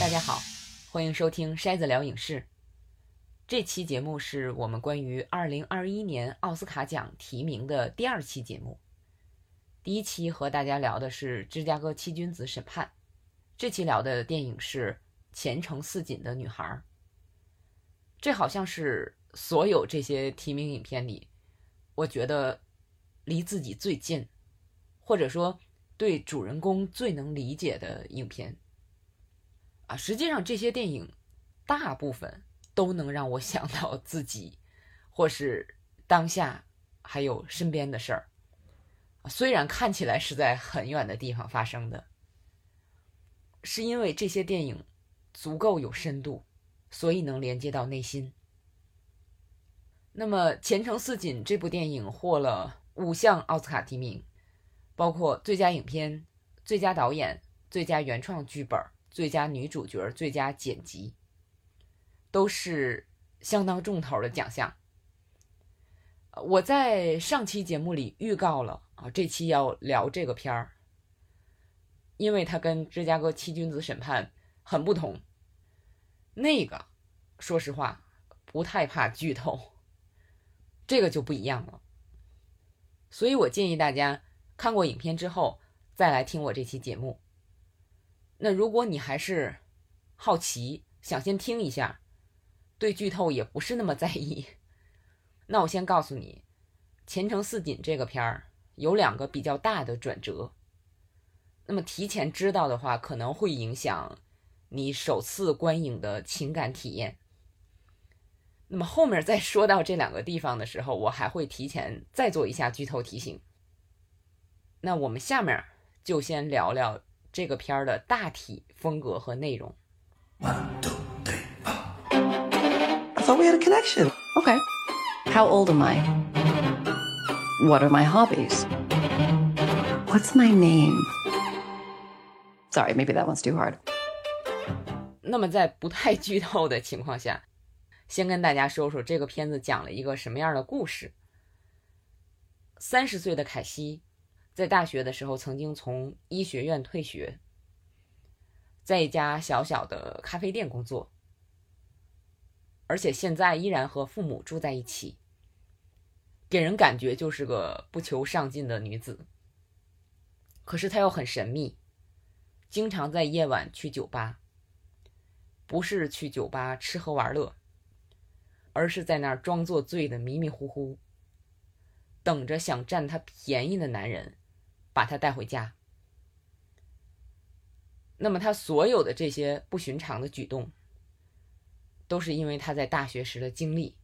家好，欢迎收听筛子聊影视。这期节目是我们关于2021年奥斯卡奖提名的第二期节目。第一期和大家聊的是芝加哥七君子审判，这期聊的电影是前程似锦的女孩。这好像是所有这些提名影片里，我觉得离自己最近，或者说对主人公最能理解的影片。实际上这些电影大部分都能让我想到自己，或是当下，还有身边的事儿。虽然看起来是在很远的地方发生的，是因为这些电影足够有深度，所以能连接到内心。那么《前程似锦》这部电影获了5项奥斯卡提名，包括最佳影片、最佳导演、最佳原创剧本、最佳女主角、最佳剪辑，都是相当重头的奖项。我在上期节目里预告了这期要聊这个片儿，因为它跟芝加哥七君子审判很不同。那个说实话不太怕剧透，这个就不一样了。所以我建议大家看过影片之后再来听我这期节目。那如果你还是好奇，想先听一下，对剧透也不是那么在意，那我先告诉你，前程似锦这个片儿有2个比较大的转折。那么提前知道的话，可能会影响你首次观影的情感体验。那么后面再说到这2个地方的时候，我还会提前再做一下剧透提醒。那我们下面就先聊聊这个片儿的大体风格和内容。 1, 2, 3, 4. I thought we had a connection. Okay. How old am I? What are my hobbies? What's my name? Sorry, maybe that one's too hard. 那么在不太剧透的情况下，先跟大家说说这个片子讲了一个什么样的故事。30岁的凯西在大学的时候曾经从医学院退学，在一家小小的咖啡店工作，而且现在依然和父母住在一起，给人感觉就是个不求上进的女子。可是她又很神秘，经常在夜晚去酒吧，不是去酒吧吃喝玩乐，而是在那儿装作醉的迷迷糊糊，等着想占她便宜的男人把她带回家。那么她所有的这些不寻常的举动，都是因为她在大学时的经历，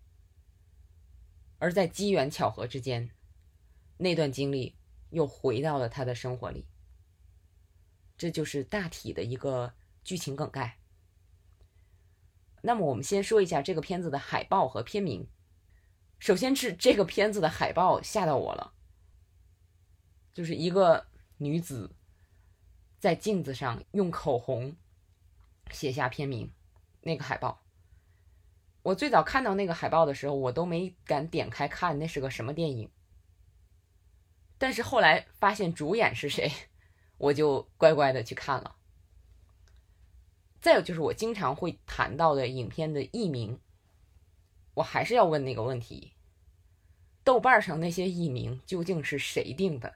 而在机缘巧合之间，那段经历又回到了她的生活里。这就是大体的一个剧情梗概。那么我们先说一下这个片子的海报和片名。首先是这个片子的海报吓到我了，就是一个女子在镜子上用口红写下片名，那个海报。我最早看到那个海报的时候，我都没敢点开看那是个什么电影，但是后来发现主演是谁，我就乖乖的去看了。再有就是我经常会谈到的影片的译名，我还是要问那个问题，豆瓣上那些译名究竟是谁定的？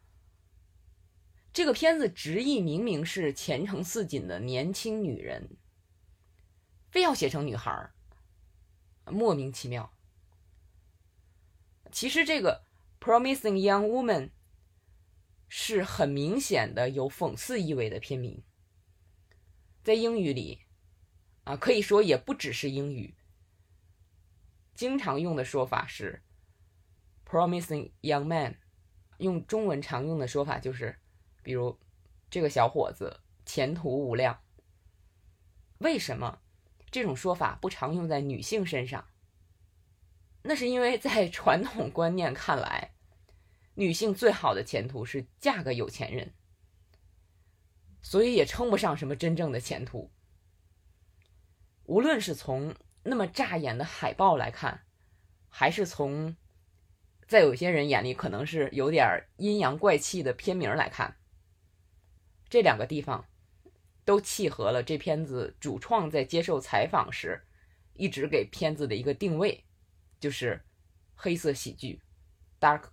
这个片子直译明明是前程似锦的年轻女人，非要写成女孩，莫名其妙。其实这个 Promising Young Woman 是很明显的有讽刺意味的片名。在英语里可以说也不只是英语，经常用的说法是 Promising Young Man， 用中文常用的说法就是比如这个小伙子前途无量。为什么这种说法不常用在女性身上？那是因为在传统观念看来，女性最好的前途是嫁个有钱人，所以也称不上什么真正的前途。无论是从那么扎眼的海报来看，还是从在有些人眼里可能是有点阴阳怪气的片名来看，这2个地方都契合了这片子主创在接受采访时一直给片子的一个定位，就是黑色喜剧 （dark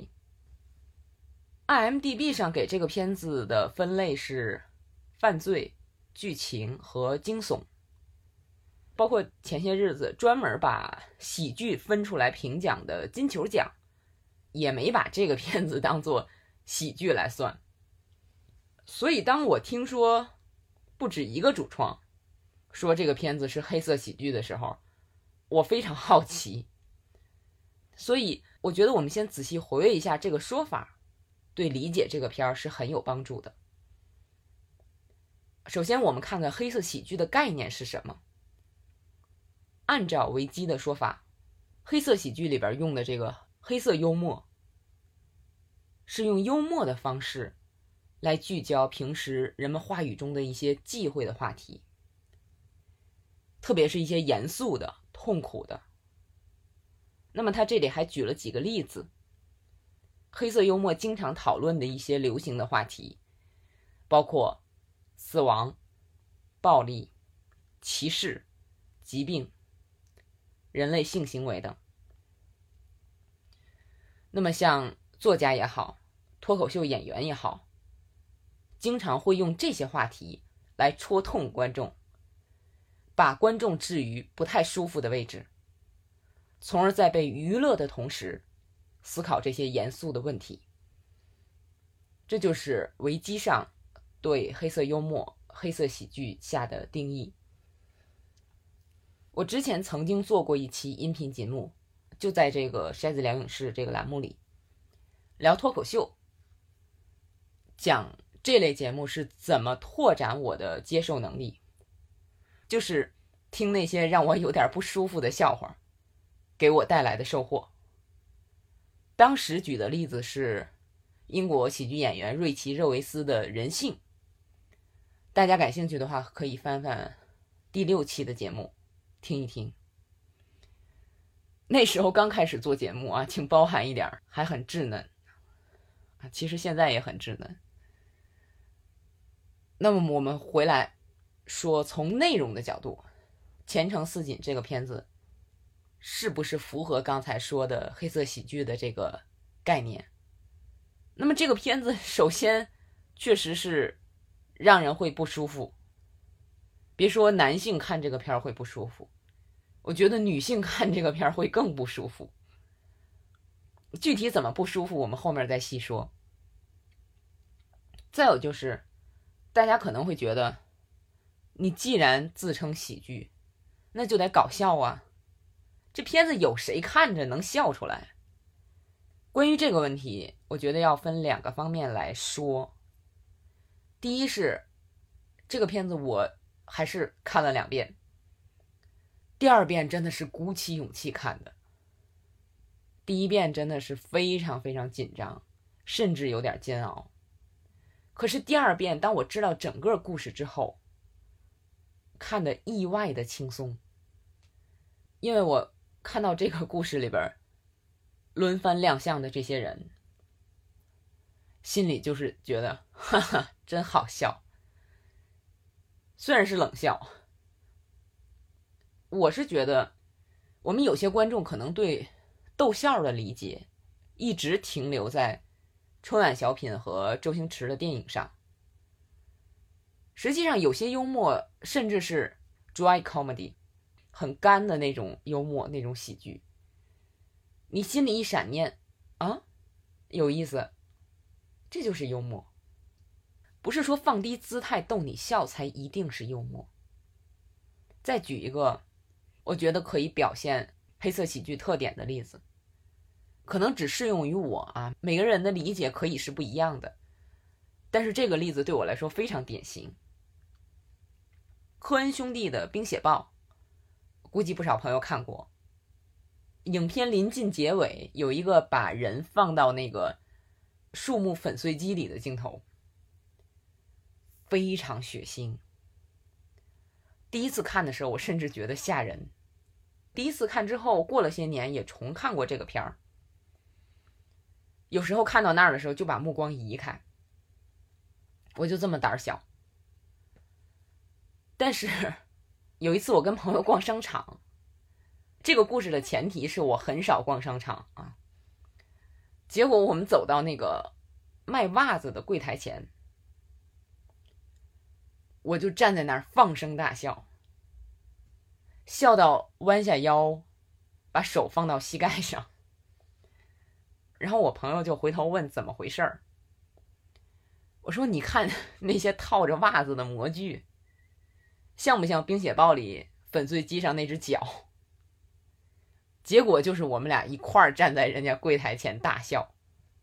comedy）。IMDB 上给这个片子的分类是犯罪、剧情和惊悚，包括前些日子专门把喜剧分出来评奖的金球奖，也没把这个片子当作喜剧来算。所以当我听说不止一个主创说这个片子是黑色喜剧的时候，我非常好奇。所以我觉得我们先仔细回味一下这个说法，对理解这个片儿是很有帮助的。首先我们看看黑色喜剧的概念是什么。按照维基的说法，黑色喜剧里边用的这个黑色幽默，是用幽默的方式来聚焦平时人们话语中的一些忌讳的话题，特别是一些严肃的、痛苦的。那么他这里还举了几个例子，黑色幽默经常讨论的一些流行的话题，包括死亡、暴力、歧视、疾病、人类性行为等。那么像作家也好，脱口秀演员也好，经常会用这些话题来戳痛观众，把观众置于不太舒服的位置，从而在被娱乐的同时思考这些严肃的问题。这就是维基上对黑色幽默、黑色喜剧下的定义。我之前曾经做过一期音频节目，就在这个筛子聊影视这个栏目里聊脱口秀，讲这类节目是怎么拓展我的接受能力，就是听那些让我有点不舒服的笑话给我带来的收获。当时举的例子是英国喜剧演员瑞奇·热维斯的人性，大家感兴趣的话可以翻翻第6期的节目听一听。那时候刚开始做节目啊，请包涵一点，还很稚嫩啊，其实现在也很稚嫩。那么我们回来说，从内容的角度，前程似锦这个片子是不是符合刚才说的黑色喜剧的这个概念？那么这个片子首先确实是让人会不舒服，别说男性看这个片会不舒服，我觉得女性看这个片会更不舒服。具体怎么不舒服我们后面再细说。再有就是大家可能会觉得，你既然自称喜剧，那就得搞笑啊，这片子有谁看着能笑出来？关于这个问题，我觉得要分2个方面来说。第一是这个片子我还是看了2遍，第2遍真的是鼓起勇气看的。第1遍真的是非常非常紧张，甚至有点煎熬。可是第2遍当我知道整个故事之后，看得意外的轻松。因为我看到这个故事里边轮番亮相的这些人，心里就是觉得哈哈真好笑。虽然是冷笑，我是觉得我们有些观众可能对逗笑的理解一直停留在春晚小品和周星驰的电影上，实际上有些幽默甚至是 dry comedy， 很干的那种幽默，那种喜剧，你心里一闪念啊，有意思，这就是幽默。不是说放低姿态逗你笑才一定是幽默。再举一个我觉得可以表现黑色喜剧特点的例子，可能只适用于我啊，每个人的理解可以是不一样的，但是这个例子对我来说非常典型。科恩兄弟的《冰血豹》，估计不少朋友看过。影片临近结尾，有一个把人放到那个树木粉碎机里的镜头，非常血腥。第一次看的时候我甚至觉得吓人，第一次看之后过了些年也重看过这个片儿，有时候看到那儿的时候就把目光移开，我就这么胆小。 但是有一次我跟朋友逛商场，这个故事的前提是我很少逛商场啊。结果我们走到那个卖袜子的柜台前，我就站在那儿放声大笑，笑到弯下腰，把手放到膝盖上。然后我朋友就回头问怎么回事儿。我说你看那些套着袜子的模具，像不像冰雪暴里粉碎机上那只脚？结果就是我们俩一块儿站在人家柜台前大笑。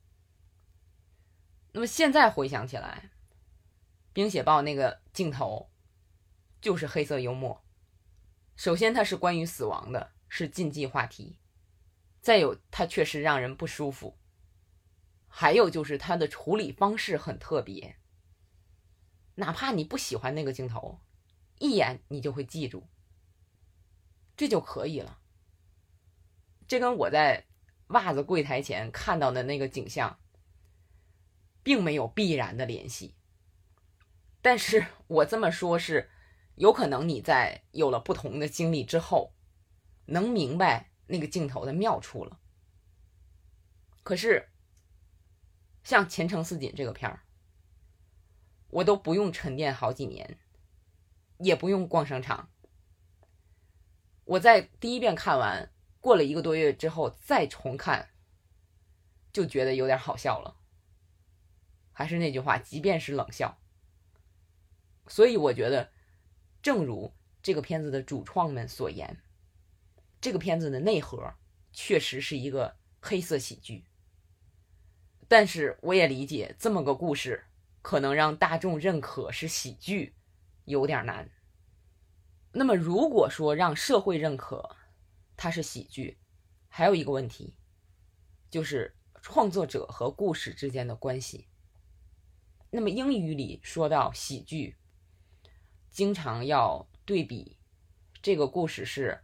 那么现在回想起来，冰雪暴那个镜头就是黑色幽默。首先它是关于死亡的，是禁忌话题，再有它确实让人不舒服，还有就是它的处理方式很特别，哪怕你不喜欢那个镜头，一眼你就会记住，这就可以了。这跟我在袜子柜台前看到的那个景象并没有必然的联系。但是我这么说是有可能你在有了不同的经历之后能明白那个镜头的妙处了。可是像前程似锦这个片儿，我都不用沉淀好几年，也不用逛商场，我在第一遍看完，过了1个多月之后再重看，就觉得有点好笑了。还是那句话，即便是冷笑。所以我觉得正如这个片子的主创们所言，这个片子的内核确实是一个黑色喜剧。但是我也理解这么个故事可能让大众认可是喜剧有点难。那么如果说让社会认可它是喜剧，还有一个问题就是创作者和故事之间的关系。那么英语里说到喜剧，经常要对比这个故事是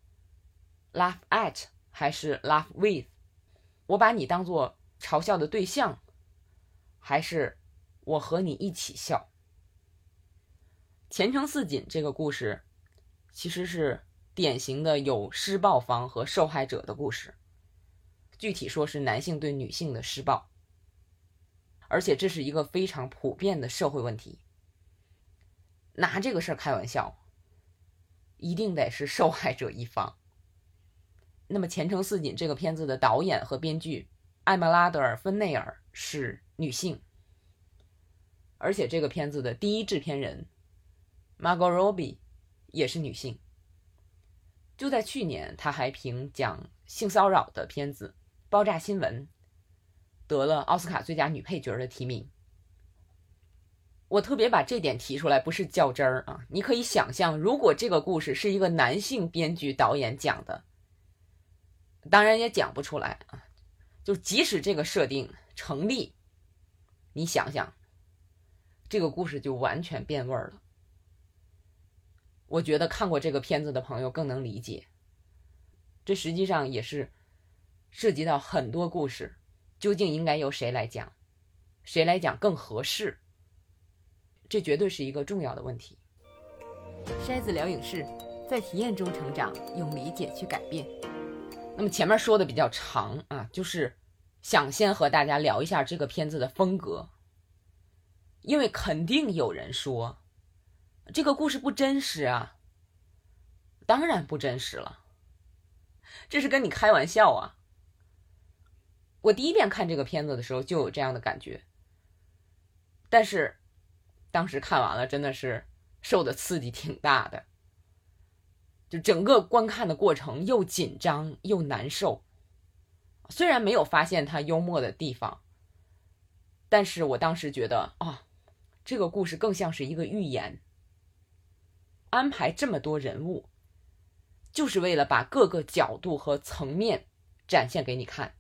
laugh at 还是 laugh with， 我把你当作嘲笑的对象，还是我和你一起笑。前程似锦这个故事其实是典型的有施暴方和受害者的故事，具体说是男性对女性的施暴，而且这是一个非常普遍的社会问题。拿这个事儿开玩笑，一定得是受害者一方。那么前程似锦这个片子的导演和编剧艾玛拉德尔芬内尔是女性，而且这个片子的第一制片人 Margot Robbie 也是女性。就在去年，她还凭讲性骚扰的片子《爆炸新闻》得了奥斯卡最佳女配角的提名。我特别把这点提出来，不是较真儿啊！你可以想象，如果这个故事是一个男性编剧导演讲的，当然也讲不出来啊。就即使这个设定成立，你想想，这个故事就完全变味儿了。我觉得看过这个片子的朋友更能理解，这实际上也是涉及到很多故事，究竟应该由谁来讲，谁来讲更合适，这绝对是一个重要的问题。筛子聊影视，在体验中成长，用理解去改变。那么前面说的比较长啊，就是想先和大家聊一下这个片子的风格，因为肯定有人说这个故事不真实啊。当然不真实了，这是跟你开玩笑啊。我第一遍看这个片子的时候就有这样的感觉，但是当时看完了真的是受的刺激挺大的，就整个观看的过程又紧张又难受。虽然没有发现它幽默的地方，但是我当时觉得这个故事更像是一个寓言，安排这么多人物就是为了把各个角度和层面展现给你看。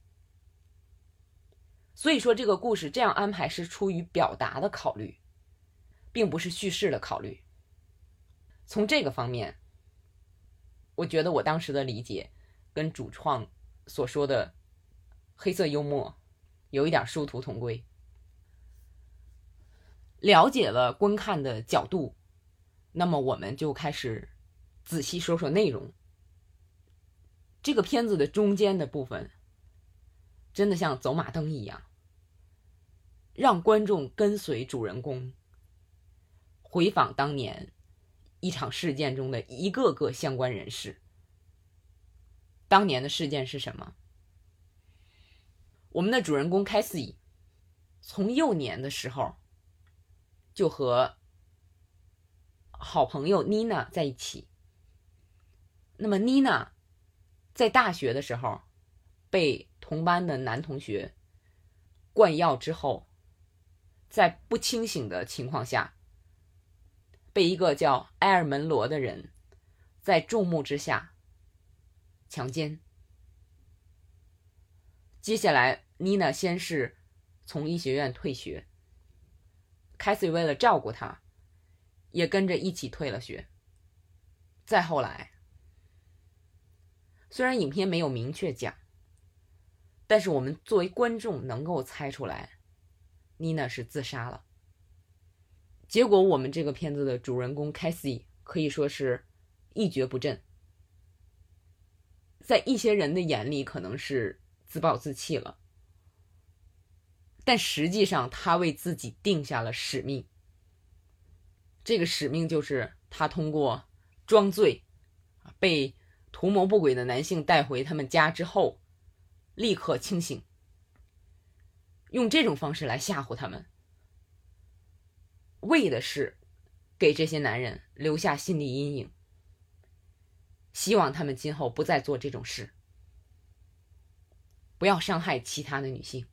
所以说这个故事这样安排是出于表达的考虑，并不是叙事的考虑。从这个方面，我觉得我当时的理解跟主创所说的黑色幽默有一点殊途同归。了解了观看的角度， 那么我们就开始仔细说说内容。这个片子的中间的部分真的像走马灯一样，让观众跟随主人公回访当年一场事件中的一个个相关人士。当年的事件是什么？我们的主人公凯西从幼年的时候就和好朋友妮娜在一起。那么妮娜在大学的时候被同班的男同学灌药之后，在不清醒的情况下被一个叫埃尔门罗的人在众目之下强奸。接下来妮娜先是从医学院退学，凯西为了照顾她也跟着一起退了学。再后来，虽然影片没有明确讲，但是我们作为观众能够猜出来妮娜是自杀了。结果我们这个片子的主人公凯西可以说是一蹶不振，在一些人的眼里可能是自暴自弃了，但实际上他为自己定下了使命。这个使命就是他通过装醉，被图谋不轨的男性带回他们家之后立刻清醒，用这种方式来吓唬他们，为的是给这些男人留下心理阴影，希望他们今后不再做这种事，不要伤害其他的女性。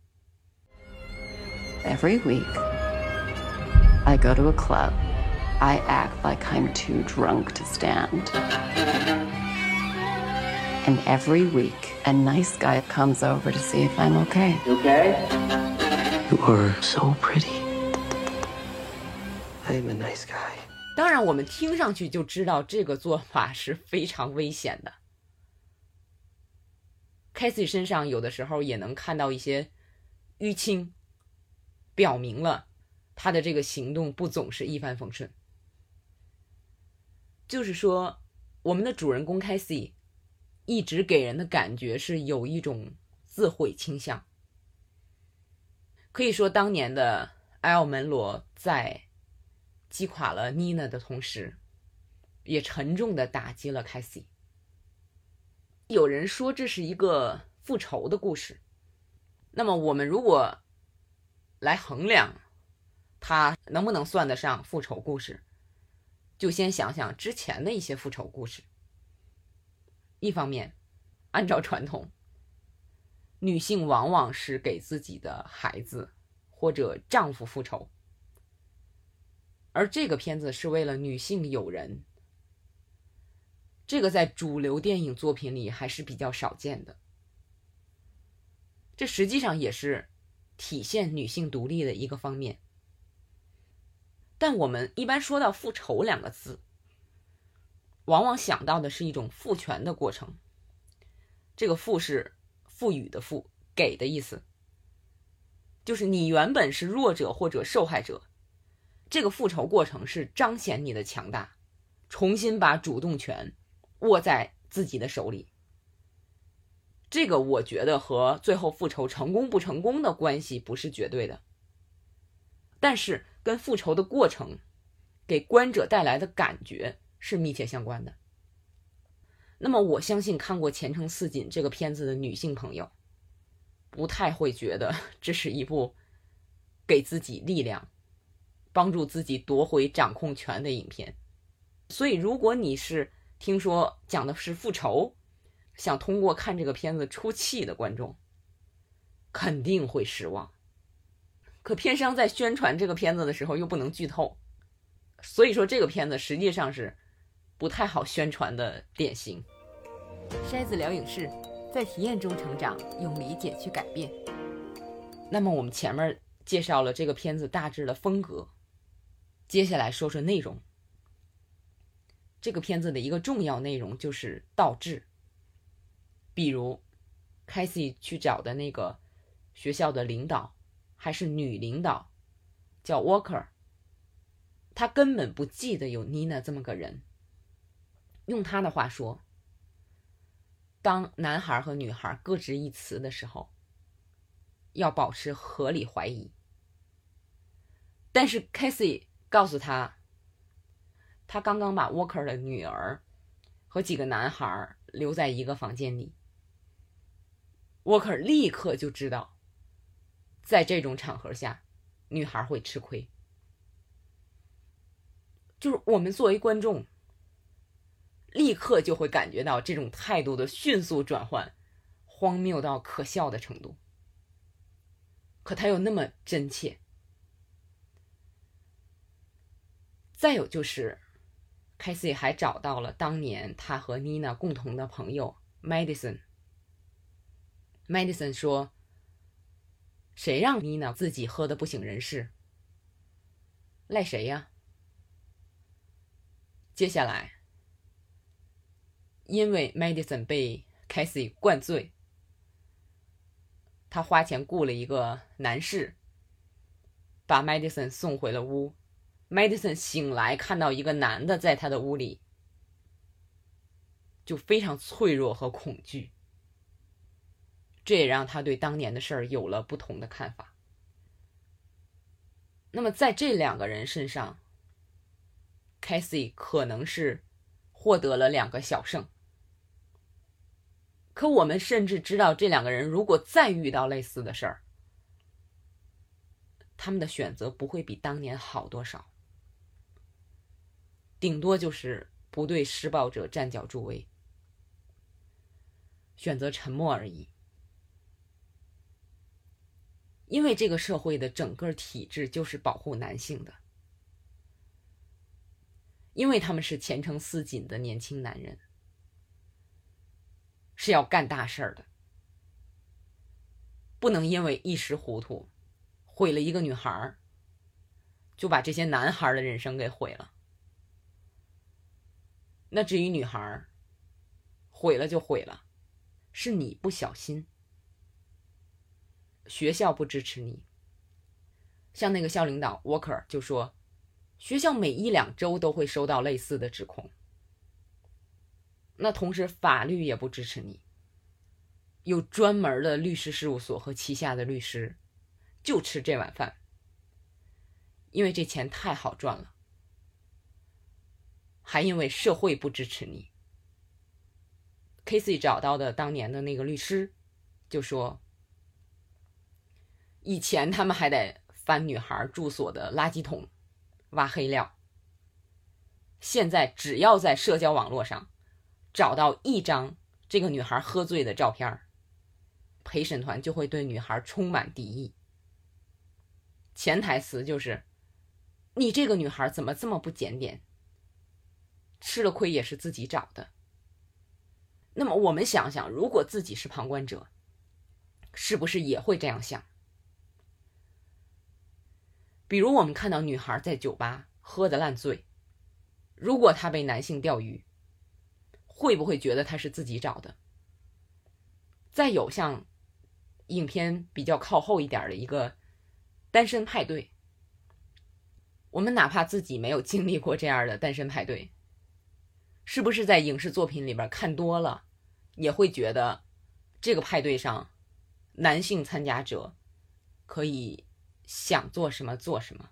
Every week, I go to a club. I act like I'm too drunk to stand. And every week, a nice guy comes over to see if I'm okay. You okay? You are so pretty. I am a nice guy. 当然我们听上去就知道这个做法是非常危险的。凯西身上有的时候也能看到一些淤青，表明了他的这个行动不总是一帆风顺。就是说，我们的主人公凯西一直给人的感觉是有一种自毁倾向。可以说当年的埃尔门罗在击垮了妮娜的同时，也沉重地打击了凯西。有人说这是一个复仇的故事，那么我们如果来衡量它能不能算得上复仇故事，就先想想之前的一些复仇故事。一方面，按照传统，女性往往是给自己的孩子或者丈夫复仇，而这个片子是为了女性友人，这个在主流电影作品里还是比较少见的。这实际上也是体现女性独立的一个方面。但我们一般说到复仇两个字，往往想到的是一种父权的过程。这个父是赋予的赋，给的意思，就是你原本是弱者或者受害者，这个复仇过程是彰显你的强大，重新把主动权握在自己的手里。这个我觉得和最后复仇成功不成功的关系不是绝对的，但是跟复仇的过程给观者带来的感觉是密切相关的。那么我相信看过《前程似锦》这个片子的女性朋友不太会觉得这是一部给自己力量，帮助自己夺回掌控权的影片。所以如果你是听说讲的是复仇，想通过看这个片子出气的观众，肯定会失望。可片商在宣传这个片子的时候又不能剧透，所以说这个片子实际上是不太好宣传的典型。筛子聊影视，在体验中成长，用理解去改变。那么我们前面介绍了这个片子大致的风格，接下来说说内容。这个片子的一个重要内容就是倒置，比如凯西去找的那个学校的领导还是女领导，叫 Walker， 他根本不记得有妮娜这么个人。用他的话说，当男孩和女孩各执一词的时候，要保持合理怀疑。但是 Casey 告诉他，他刚刚把 Walker 的女儿和几个男孩留在一个房间里。Walker 立刻就知道，在这种场合下，女孩会吃亏。就是我们作为观众，立刻就会感觉到这种态度的迅速转换，荒谬到可笑的程度。可他又那么真切。再有就是凯西还找到了当年他和妮娜共同的朋友 Madison。Madison 说，谁让妮娜自己喝得不省人事？赖谁呀？接下来，因为 Madison 被 Casey 灌醉，他花钱雇了一个男士，把 Madison 送回了屋。Madison 醒来看到一个男的在他的屋里，就非常脆弱和恐惧。这也让他对当年的事儿有了不同的看法。那么在这两个人身上， Casey 可能是获得了2个小胜。可我们甚至知道，这两个人如果再遇到类似的事儿，他们的选择不会比当年好多少，顶多就是不对施暴者站脚助威，选择沉默而已。因为这个社会的整个体制就是保护男性的，因为他们是前程似锦的年轻男人，是要干大事儿的，不能因为一时糊涂毁了一个女孩，就把这些男孩的人生给毁了。那至于女孩，毁了就毁了，是你不小心，学校不支持你。像那个校领导 Walker 就说，学校每1-2周都会收到类似的指控。那同时法律也不支持你，有专门的律师事务所和旗下的律师就吃这碗饭，因为这钱太好赚了，还因为社会不支持你。 Casey 找到的当年的那个律师就说，以前他们还得翻女孩住所的垃圾桶挖黑料，现在只要在社交网络上找到一张这个女孩喝醉的照片，陪审团就会对女孩充满敌意。潜台词就是，你这个女孩怎么这么不检点，吃了亏也是自己找的。那么我们想想，如果自己是旁观者，是不是也会这样想？比如我们看到女孩在酒吧喝得烂醉，如果她被男性钓鱼，会不会觉得她是自己找的？再有像影片比较靠后一点的一个单身派对，我们哪怕自己没有经历过这样的单身派对，是不是在影视作品里边看多了，也会觉得这个派对上男性参加者可以想做什么做什么？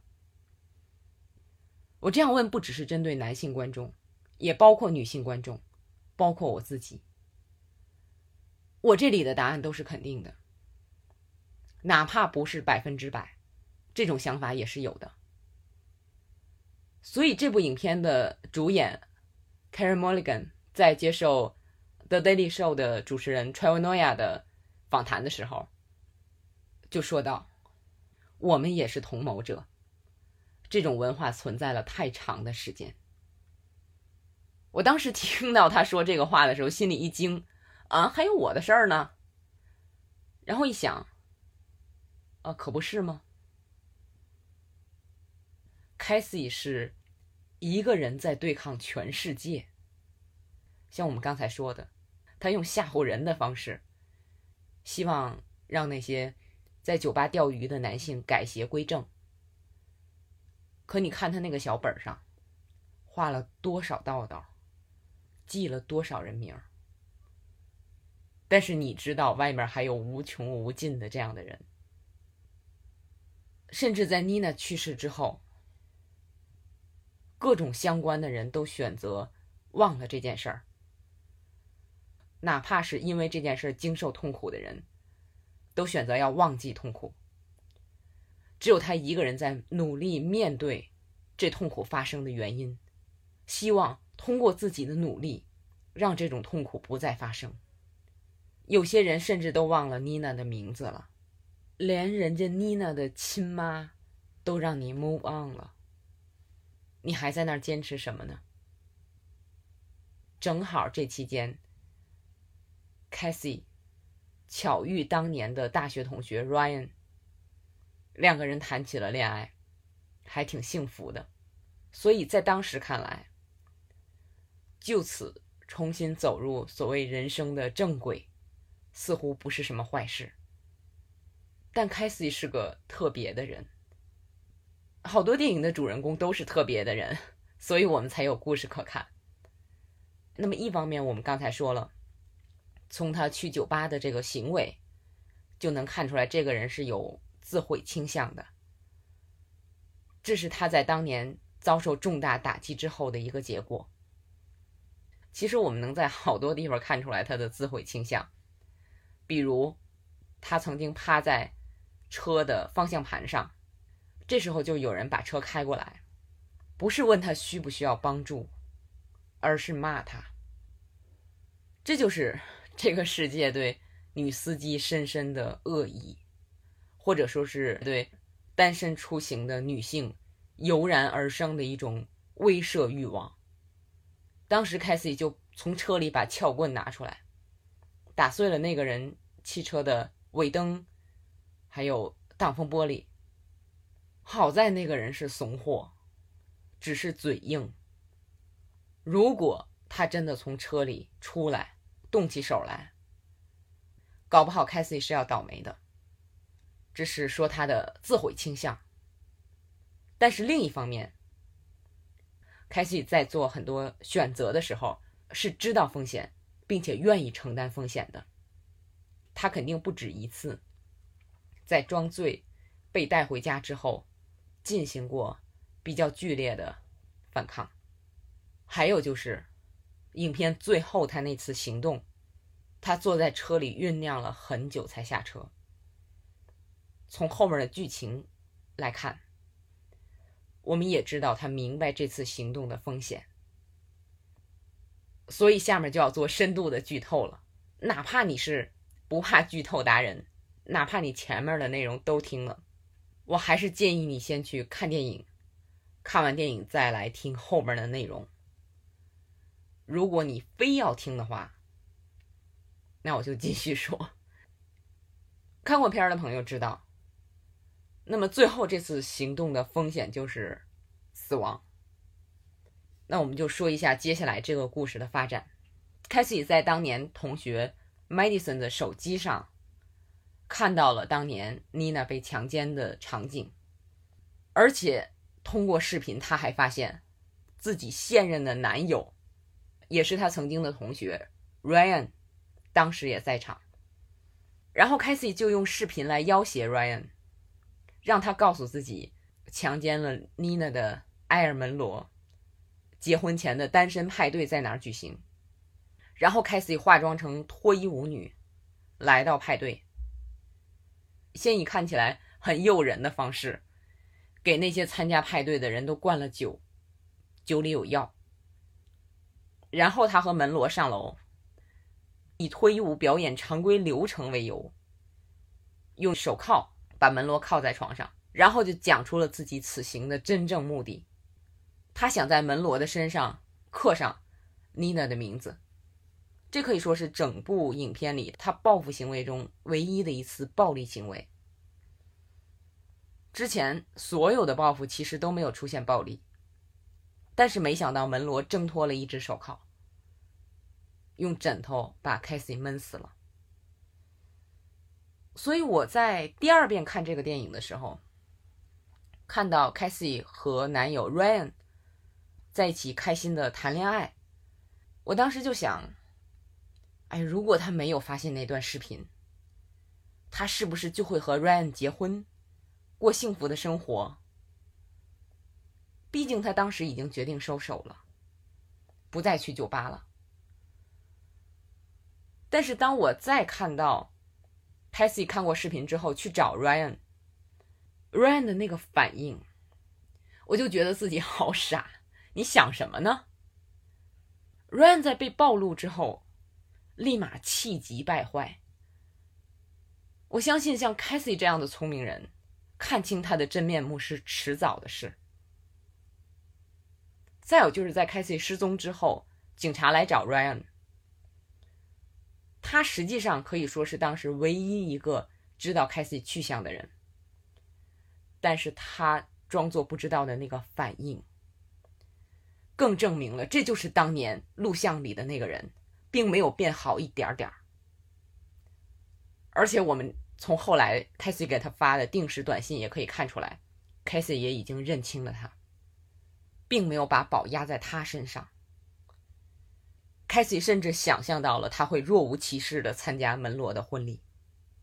我这样问不只是针对男性观众，也包括女性观众，包括我自己。我这里的答案都是肯定的，哪怕不是100%，这种想法也是有的。所以这部影片的主演 Carey Mulligan 在接受 The Daily Show 的主持人 Trevor Noah 的访谈的时候就说到，我们也是同谋者，这种文化存在了太长的时间。我当时听到他说这个话的时候，心里一惊，还有我的事儿呢。然后一想，可不是吗？凯西是一个人在对抗全世界，像我们刚才说的，他用吓唬人的方式，希望让那些在酒吧钓鱼的男性改邪归正。 可你看他那个小本上画了多少道道，记了多少人名，但是你知道外面还有无穷无尽的这样的人。甚至在妮娜去世之后，各种相关的人都选择忘了这件事儿，哪怕是因为这件事经受痛苦的人，都选择要忘记痛苦。只有他一个人在努力面对这痛苦发生的原因，希望通过自己的努力让这种痛苦不再发生。有些人甚至都忘了妮娜的名字了，连人家妮娜的亲妈都让你 move on 了，你还在那儿坚持什么呢？正好这期间 Cassie 巧遇当年的大学同学 Ryan， 两个人谈起了恋爱，还挺幸福的。所以在当时看来，就此重新走入所谓人生的正轨，似乎不是什么坏事。但 Cassie 是个特别的人，好多电影的主人公都是特别的人，所以我们才有故事可看。那么一方面我们刚才说了，从他去酒吧的这个行为就能看出来这个人是有自毁倾向的，这是他在当年遭受重大打击之后的一个结果。其实我们能在好多地方看出来他的自毁倾向，比如他曾经趴在车的方向盘上，这时候就有人把车开过来，不是问他需不需要帮助，而是骂他。这就是这个世界对女司机深深的恶意，或者说是对单身出行的女性油然而生的一种威慑欲望。当时 Cassie 就从车里把撬棍拿出来，打碎了那个人汽车的尾灯还有挡风玻璃。好在那个人是怂货，只是嘴硬。如果他真的从车里出来动起手来，搞不好 Cassie 是要倒霉的。这是说他的自毁倾向。但是另一方面，Cassie 在做很多选择的时候是知道风险并且愿意承担风险的。他肯定不止一次在装醉被带回家之后进行过比较剧烈的反抗。还有就是影片最后他那次行动，他坐在车里酝酿了很久才下车。从后面的剧情来看，我们也知道他明白这次行动的风险，所以下面就要做深度的剧透了。哪怕你是不怕剧透达人，哪怕你前面的内容都听了，我还是建议你先去看电影，看完电影再来听后面的内容。如果你非要听的话，那我就继续说。看过片的朋友知道，那么最后这次行动的风险就是死亡。那我们就说一下接下来这个故事的发展。Cassie 在当年同学 Madison 的手机上看到了当年 Nina 被强奸的场景，而且通过视频他还发现自己现任的男友也是他曾经的同学 Ryan 当时也在场。然后 Cassie 就用视频来要挟 Ryan， 让他告诉自己强奸了 Nina 的埃尔门罗结婚前的单身派对在哪儿举行。然后 Cassie 化妆成脱衣舞女来到派对，先以看起来很诱人的方式给那些参加派对的人都灌了酒，酒里有药。然后他和门罗上楼，以脱衣舞表演常规流程为由，用手铐把门罗铐在床上，然后就讲出了自己此行的真正目的。他想在门罗的身上刻上 Nina 的名字。这可以说是整部影片里他报复行为中唯一的一次暴力行为。之前所有的报复其实都没有出现暴力，但是没想到门罗挣脱了一只手铐，用枕头把 Cassie 闷死了。所以我在第二遍看这个电影的时候， 看到 Cassie 和男友 Ryan 在一起开心的谈恋爱，我当时就想，哎，如果他没有发现那段视频，他是不是就会和 Ryan 结婚，过幸福的生活？毕竟他当时已经决定收手了，不再去酒吧了。但是当我再看到 Cassie 看过视频之后去找 Ryan 的那个反应，我就觉得自己好傻。你想什么呢？ Ryan 在被暴露之后立马气急败坏。我相信像 Cassie 这样的聪明人，看清他的真面目是迟早的事。再有就是在 Cassie 失踪之后，警察来找 Ryan， 他实际上可以说是当时唯一一个知道 Cassie 去向的人，但是他装作不知道的那个反应，更证明了这就是当年录像里的那个人，并没有变好一点点。而且我们从后来 Cassie 给他发的定时短信也可以看出来， Cassie 也已经认清了他，并没有把宝压在他身上。Cassie 甚至想象到了他会若无其事地参加门罗的婚礼。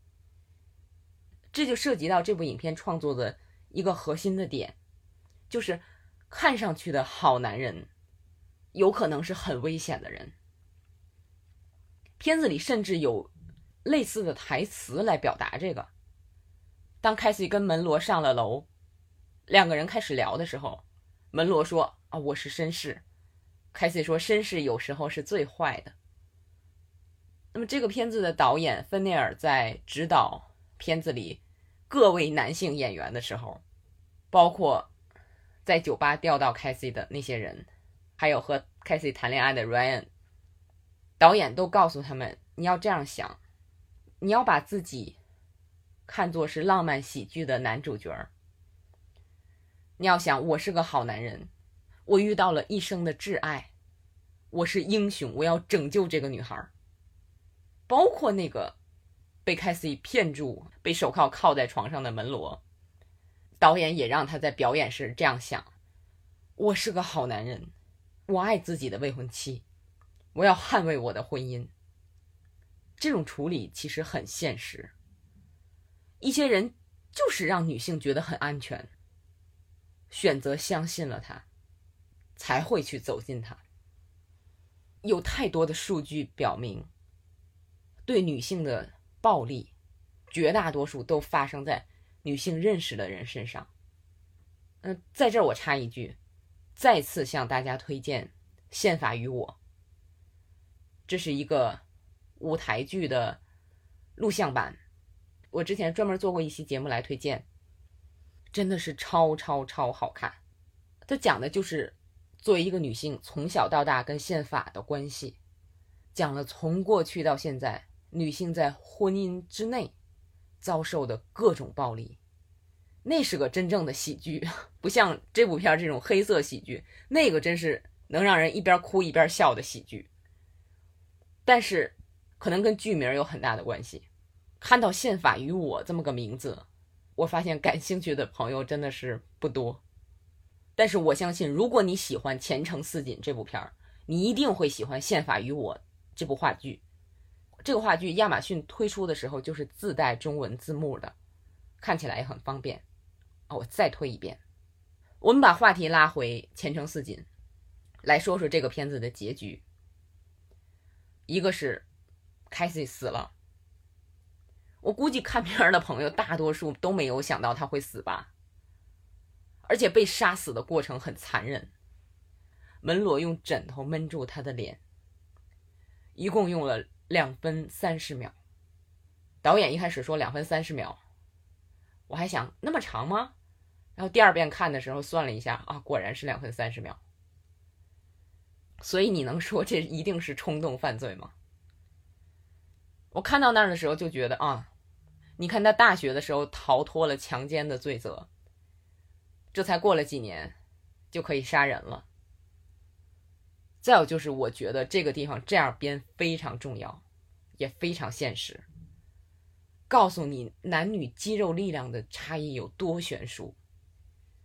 这就涉及到这部影片创作的一个核心的点，就是看上去的好男人有可能是很危险的人。片子里甚至有类似的台词来表达这个。当 Cassie 跟门罗上了楼，两个人开始聊的时候，门罗说我是绅士， Cassie 说绅士有时候是最坏的。那么这个片子的导演芬内尔在指导片子里各位男性演员的时候，包括在酒吧钓到 Cassie 的那些人，还有和 Cassie 谈恋爱的 Ryan， 导演都告诉他们，你要这样想，你要把自己看作是浪漫喜剧的男主角，你要想，我是个好男人，我遇到了一生的挚爱，我是英雄，我要拯救这个女孩。包括那个被 Cassie 骗住被手铐铐在床上的门罗，导演也让他在表演时这样想，我是个好男人，我爱自己的未婚妻，我要捍卫我的婚姻。这种处理其实很现实，一些人就是让女性觉得很安全，选择相信了他，才会去走进他。有太多的数据表明，对女性的暴力绝大多数都发生在女性认识的人身上。在这儿我插一句，再次向大家推荐《宪法与我》，这是一个舞台剧的录像版，我之前专门做过一期节目来推荐，真的是超好看。它讲的就是作为一个女性从小到大跟宪法的关系，讲了从过去到现在女性在婚姻之内遭受的各种暴力。那是个真正的喜剧，不像这部片这种黑色喜剧，那个真是能让人一边哭一边笑的喜剧。但是可能跟剧名有很大的关系，看到《宪法与我》这么个名字，我发现感兴趣的朋友真的是不多。但是我相信，如果你喜欢《前程似锦》这部片，你一定会喜欢《宪法与我》这部话剧。这个话剧亚马逊推出的时候就是自带中文字幕的，看起来也很方便。我再推一遍。我们把话题拉回《前程似锦》，来说说这个片子的结局。一个是 Cassie 死了，我估计看片的朋友大多数都没有想到他会死吧，而且被杀死的过程很残忍。门罗用枕头闷住他的脸，一共用了2分30秒。导演一开始说2分30秒，我还想那么长吗？然后第二遍看的时候算了一下，果然是2分30秒。所以你能说这一定是冲动犯罪吗？我看到那儿的时候就觉得你看他大学的时候逃脱了强奸的罪责，这才过了几年就可以杀人了。再有就是我觉得这个地方这样编非常重要，也非常现实，告诉你男女肌肉力量的差异有多悬殊。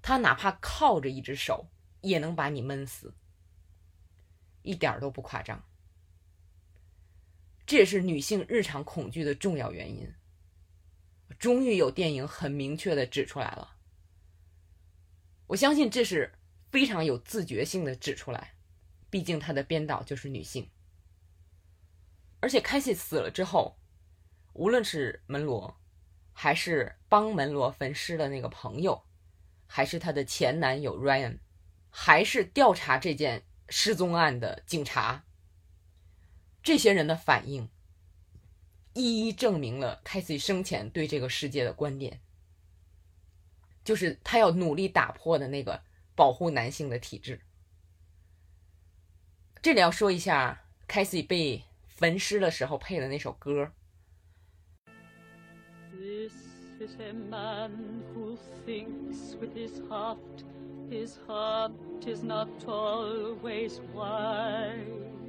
他哪怕靠着一只手也能把你闷死，一点都不夸张。这也是女性日常恐惧的重要原因。终于有电影很明确地指出来了，我相信这是非常有自觉性的指出来，毕竟他的编导就是女性。而且凯西死了之后，无论是门罗，还是帮门罗焚尸的那个朋友，还是他的前男友 Ryan， 还是调查这件失踪案的警察，这些人的反应一一证明了凯西生前对这个世界的观点，就是他要努力打破的那个保护男性的体制。这里要说一下凯西被焚尸的时候配的那首歌。 This is a man who thinks with his heart is not always wise.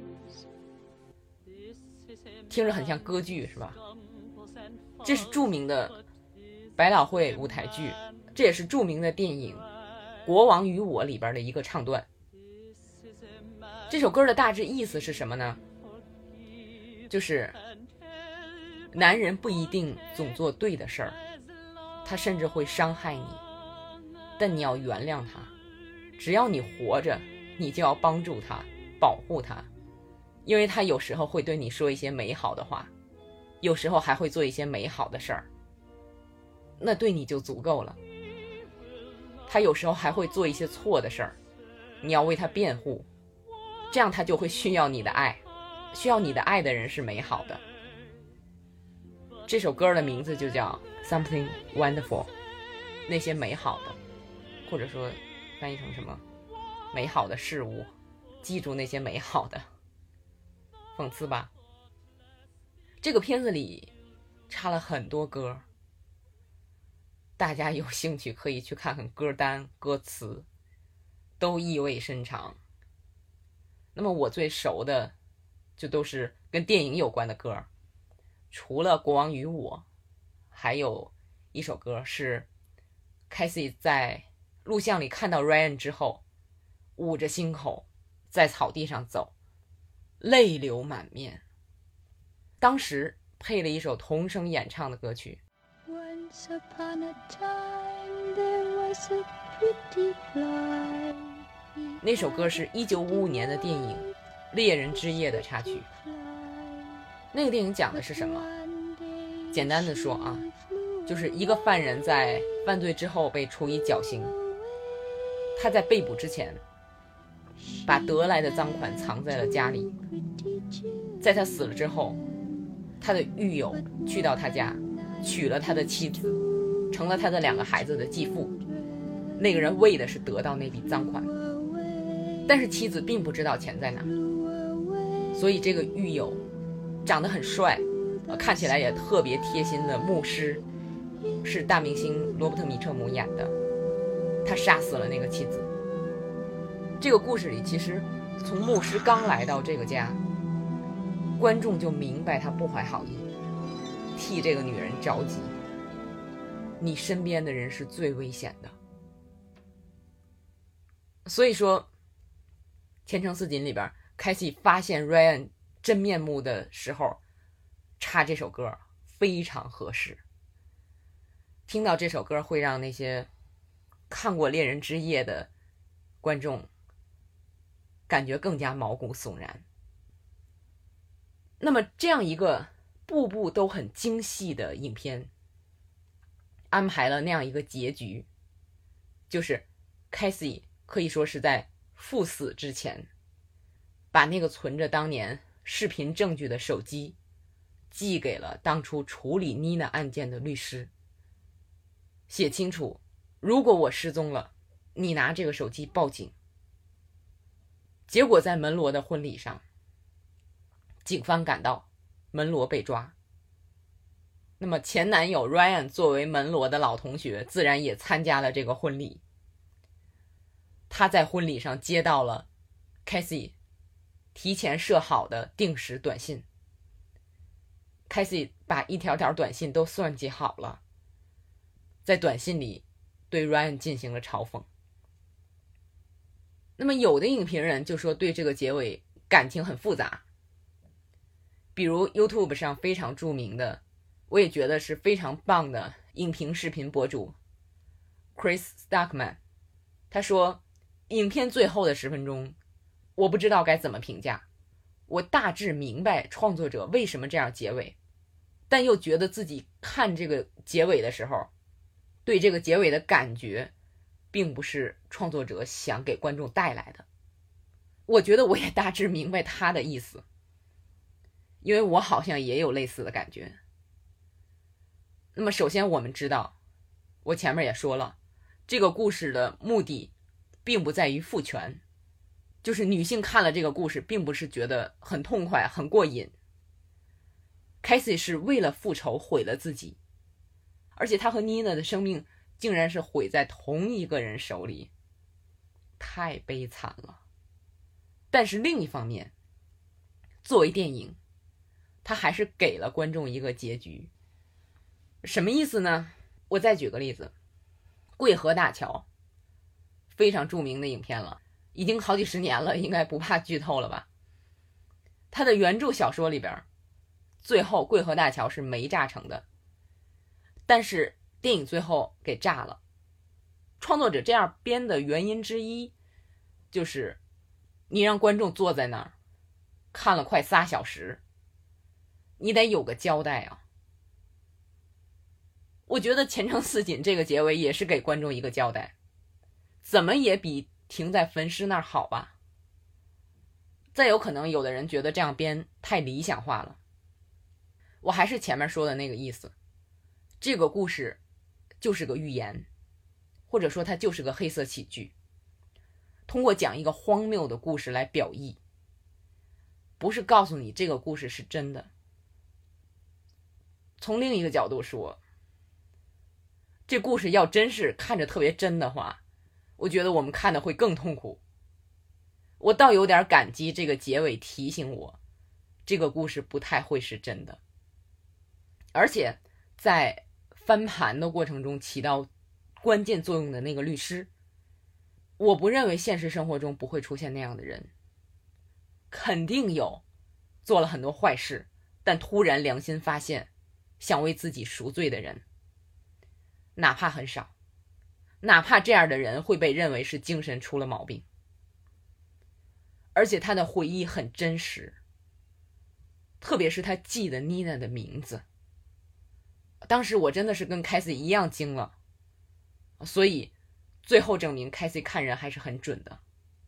听着很像歌剧是吧？这是著名的百老汇舞台剧，这也是著名的电影《国王与我》里边的一个唱段。这首歌的大致意思是什么呢？就是男人不一定总做对的事儿，他甚至会伤害你，但你要原谅他。只要你活着，你就要帮助他，保护他，因为他有时候会对你说一些美好的话，有时候还会做一些美好的事儿，那对你就足够了。他有时候还会做一些错的事儿，你要为他辩护，这样他就会需要你的爱，需要你的爱的人是美好的。这首歌的名字就叫 Something Wonderful， 那些美好的，或者说翻译成什么美好的事物，记住那些美好的。讽刺吧？这个片子里插了很多歌，大家有兴趣可以去看看歌单，歌词都意味深长。那么我最熟的就都是跟电影有关的歌，除了《国王与我》，还有一首歌是凯西在录像里看到 Ryan 之后，捂着心口在草地上走，泪流满面。当时配了一首童声演唱的歌曲。 Once upon a time there was a pretty fly。 那首歌是1955年的电影《猎人之夜》的插曲。那个电影讲的是什么？简单的说啊，就是一个犯人在犯罪之后被处以绞刑，他在被捕之前把得来的赃款藏在了家里，在他死了之后，他的狱友去到他家，娶了他的妻子，成了他的2个孩子的继父。那个人为的是得到那笔赃款，但是妻子并不知道钱在哪，所以这个狱友长得很帅，看起来也特别贴心的牧师，是大明星罗伯特·米彻姆演的，他杀死了那个妻子。这个故事里，其实从牧师刚来到这个家，观众就明白他不怀好意，替这个女人着急。你身边的人是最危险的。所以说，《前程似锦》里边，凯西发现 Ryan 真面目的时候，插这首歌非常合适。听到这首歌会让那些看过《猎人之夜》的观众感觉更加毛骨悚然。那么这样一个步步都很精细的影片，安排了那样一个结局，就是凯西可以说是在赴死之前，把那个存着当年视频证据的手机寄给了当初处理妮娜案件的律师，写清楚，如果我失踪了，你拿这个手机报警。结果在门罗的婚礼上，警方赶到，门罗被抓。那么前男友 Ryan 作为门罗的老同学，自然也参加了这个婚礼。他在婚礼上接到了 Cassie 提前设好的定时短信。Cassie 把一条条短信都算计好了，在短信里对 Ryan 进行了嘲讽。那么有的影评人就说对这个结尾感情很复杂，比如 YouTube 上非常著名的，我也觉得是非常棒的影评视频博主 Chris Stuckman， 他说影片最后的10分钟我不知道该怎么评价，我大致明白创作者为什么这样结尾，但又觉得自己看这个结尾的时候，对这个结尾的感觉并不是创作者想给观众带来的。我觉得我也大致明白他的意思，因为我好像也有类似的感觉。那么首先我们知道，我前面也说了，这个故事的目的并不在于父权，就是女性看了这个故事并不是觉得很痛快很过瘾， Casey 是为了复仇毁了自己，而且他和 Nina 的生命竟然是毁在同一个人手里，太悲惨了。但是另一方面，作为电影，它还是给了观众一个结局。什么意思呢？我再举个例子，桂河大桥，非常著名的影片了，已经好几十年了，应该不怕剧透了吧。它的原著小说里边，最后桂河大桥是没炸成的，但是电影最后给炸了。创作者这样编的原因之一，就是你让观众坐在那儿看了快3小时，你得有个交代啊。我觉得前程似锦这个结尾也是给观众一个交代，怎么也比停在焚尸那儿好吧。再有可能有的人觉得这样编太理想化了，我还是前面说的那个意思，这个故事就是个寓言，或者说它就是个黑色喜剧，通过讲一个荒谬的故事来表意，不是告诉你这个故事是真的。从另一个角度说，这故事要真是看着特别真的话，我觉得我们看的会更痛苦。我倒有点感激这个结尾提醒我，这个故事不太会是真的。而且在翻盘的过程中起到关键作用的那个律师，我不认为现实生活中不会出现那样的人，肯定有做了很多坏事，但突然良心发现，想为自己赎罪的人，哪怕很少，哪怕这样的人会被认为是精神出了毛病。而且他的回忆很真实，特别是他记得 Nina 的名字，当时我真的是跟 Casey 一样惊了，所以最后证明 Casey 看人还是很准的。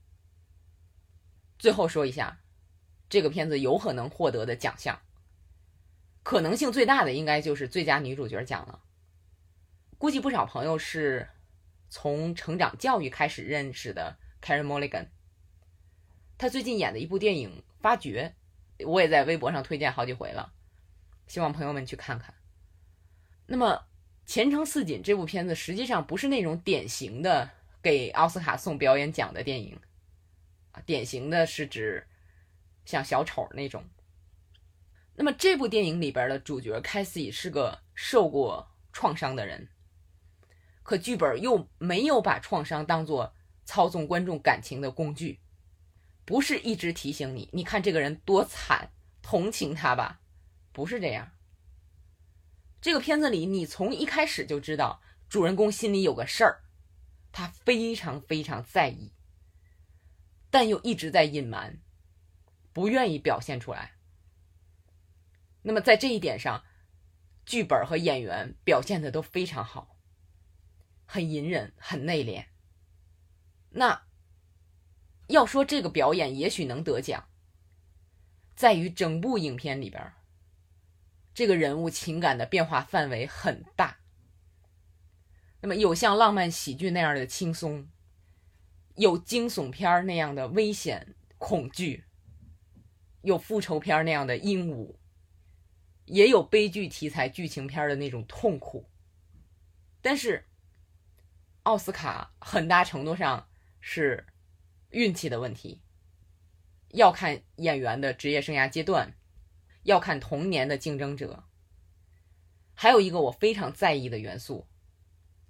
最后说一下这个片子有可能获得的奖项，可能性最大的应该就是最佳女主角奖了。估计不少朋友是从成长教育开始认识的 Carey Mulligan， 她最近演的一部电影《发掘》，我也在微博上推荐好几回了，希望朋友们去看看。那么前程似锦这部片子实际上不是那种典型的给奥斯卡送表演奖的电影，典型的是指像小丑那种。那么这部电影里边的主角 Casey 是个受过创伤的人，可剧本又没有把创伤当作操纵观众感情的工具，不是一直提醒你，你看这个人多惨，同情他吧，不是这样。这个片子里你从一开始就知道主人公心里有个事儿，他非常非常在意，但又一直在隐瞒，不愿意表现出来。那么在这一点上，剧本和演员表现的都非常好，很隐忍，很内敛。那要说这个表演也许能得奖，在于整部影片里边这个人物情感的变化范围很大。那么有像浪漫喜剧那样的轻松，有惊悚片那样的危险恐惧，有复仇片那样的英武，也有悲剧题材剧情片的那种痛苦。但是奥斯卡很大程度上是运气的问题，要看演员的职业生涯阶段，要看同年的竞争者。还有一个我非常在意的元素，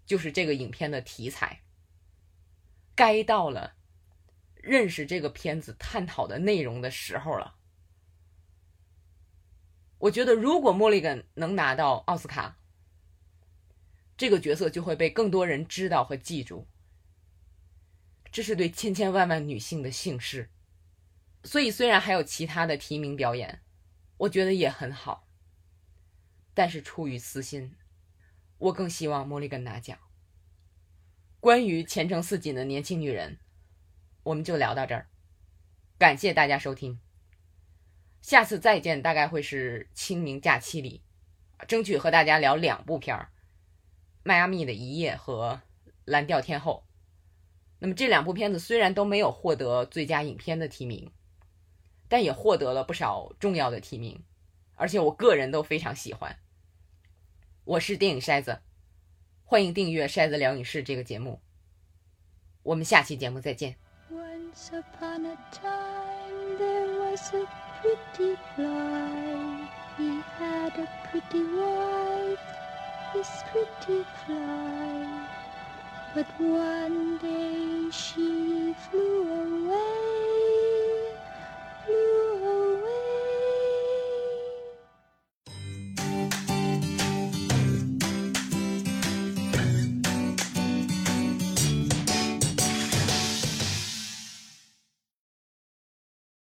就是这个影片的题材。该到了认识这个片子探讨的内容的时候了。我觉得如果莫里根能拿到奥斯卡，这个角色就会被更多人知道和记住。这是对千千万万女性的幸事。所以虽然还有其他的提名表演，我觉得也很好，但是出于私心，我更希望莫里根拿奖。关于前程似锦的年轻女人，我们就聊到这儿，感谢大家收听。下次再见大概会是清明假期里，争取和大家聊2部片儿，迈阿密的一夜和蓝调天后。那么这2部片子虽然都没有获得最佳影片的提名，但也获得了不少重要的提名，而且我个人都非常喜欢。我是电影筛子，欢迎订阅筛子聊影视这个节目，我们下期节目再见。 Once upon a time there was a pretty fly. He had a pretty wife, this pretty fly. But one day